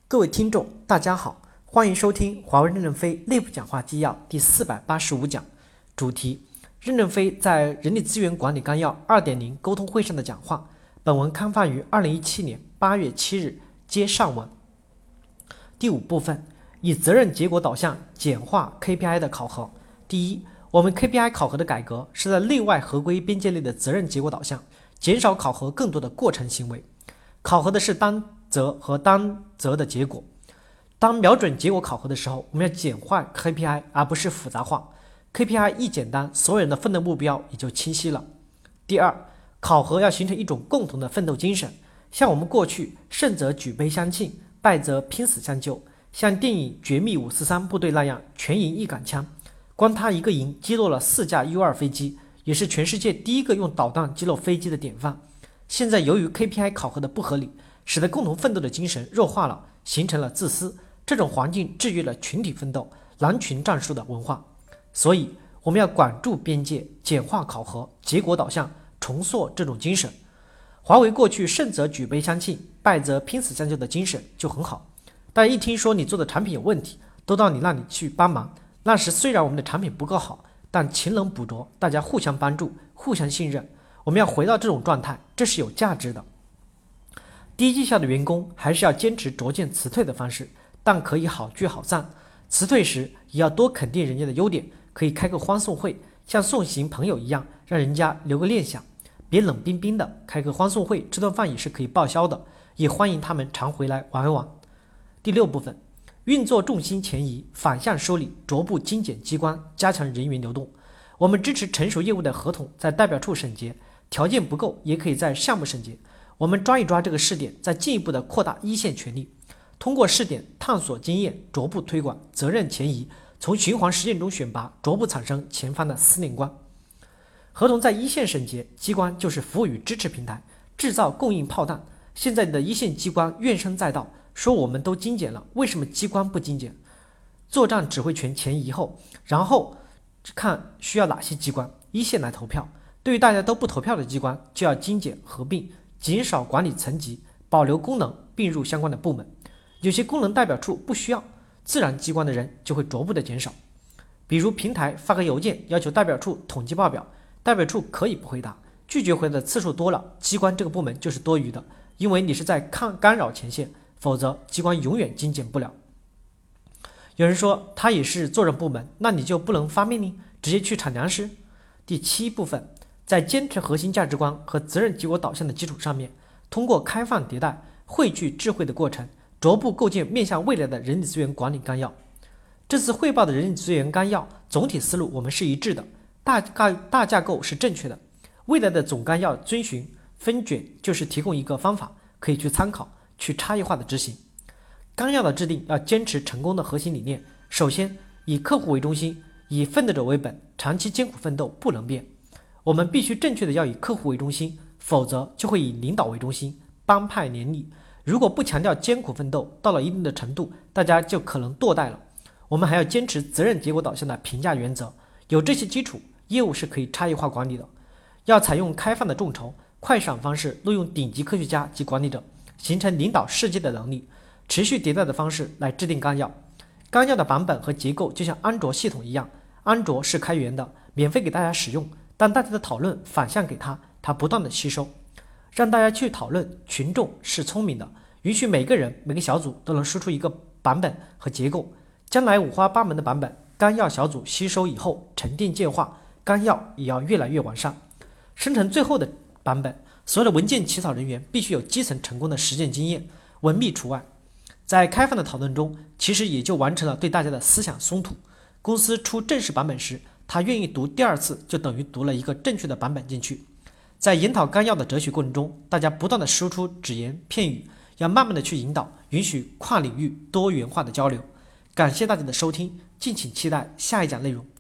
各位听众，大家好，欢迎收听华为任正非内部讲话纪要第485讲，主题：任正非在人力资源管理纲要 2.0 沟通会上的讲话。本文刊发于2017年8月7日，接上文。第5部分，以责任结果导向简化 KPI 的考核。第一，我们 KPI 考核的改革是在内外合规边界内的责任结果导向，减少考核更多的过程行为，考核的是当责和当责的结果。当瞄准结果考核的时候，我们要简化 KPI， 而不是复杂化。KPI 一简单，所有人的奋斗目标也就清晰了。第二，考核要形成一种共同的奋斗精神，像我们过去胜则举杯相庆，败则拼死相救，像电影《绝密543》部队那样全营一杆枪，光他一个营击落了4架 U2 飞机，也是全世界第一个用导弹击落飞机的典范。现在由于 KPI 考核的不合理，使得共同奋斗的精神弱化了，形成了自私，这种环境制约了群体奋斗、狼群战术的文化。所以我们要管住边界，简化考核，结果导向，重塑这种精神。华为过去胜则举杯相庆，败则拼死相救的精神就很好，大家一听说你做的产品有问题，都到你那里去帮忙。那时虽然我们的产品不够好，但勤能补拙，大家互相帮助，互相信任。我们要回到这种状态，这是有价值的。低绩效的员工还是要坚持逐渐辞退的方式，但可以好聚好散。辞退时也要多肯定人家的优点，可以开个欢送会，像送行朋友一样，让人家留个念想。别冷冰冰的，开个欢送会，这顿饭也是可以报销的，也欢迎他们常回来玩一玩。第6部分，运作重心前移，反向梳理，逐步精简机关，加强人员流动。我们支持成熟业务的合同在代表处审结，条件不够也可以在项目审结。我们抓一抓这个试点，再进一步的扩大一线权力，通过试点探索经验，逐步推广，责任前移，从循环实践中选拔，逐步产生前方的司令官。合同在一线审结，机关就是服务与支持平台，制造供应炮弹。现在的一线机关怨声载道，说我们都精简了，为什么机关不精简？作战指挥权前移后，然后看需要哪些机关一线来投票，对于大家都不投票的机关，就要精简合并，减少管理层级，保留功能，并入相关的部门。有些功能代表处不需要，自然机关的人就会逐步的减少。比如平台发个邮件要求代表处统计报表，代表处可以不回答，拒绝回答的次数多了，机关这个部门就是多余的，因为你是在干扰前线，否则机关永远精简不了。有人说他也是作战部门，那你就不能发命令，直接去产粮食？第7部分，在坚持核心价值观和责任结果导向的基础上面，通过开放迭代、汇聚智慧的过程，逐步构建面向未来的人力资源管理纲要。这次汇报的人力资源纲要总体思路我们是一致的，大架构是正确的。未来的总纲要遵循分卷，就是提供一个方法可以去参考，去差异化的执行。纲要的制定要坚持成功的核心理念，首先以客户为中心，以奋斗者为本，长期艰苦奋斗不能变。我们必须正确的要以客户为中心，否则就会以领导为中心，帮派联立。如果不强调艰苦奋斗，到了一定的程度，大家就可能堕代了。我们还要坚持责任结果导向的评价原则，有这些基础，业务是可以差异化管理的。要采用开放的众筹、快闪方式，录用顶级科学家及管理者，形成领导世界的能力，持续迭代的方式来制定纲要。纲要的版本和结构就像安卓系统一样，安卓是开源的，免费给大家使用，但大家的讨论反向给它不断的吸收，让大家去讨论。群众是聪明的，允许每个人每个小组都能输出一个版本和结构，将来五花八门的版本，纲要小组吸收以后沉淀进化，纲要也要越来越完善。生成最后的版本，所有的文件起草人员必须有基层成功的实践经验，文秘除外。在开放的讨论中，其实也就完成了对大家的思想松土。公司出正式版本时，他愿意读第2次，就等于读了一个正确的版本进去。在研讨纲要的哲学过程中，大家不断的输出只言片语，要慢慢的去引导，允许跨领域多元化的交流。感谢大家的收听，敬请期待下一讲内容。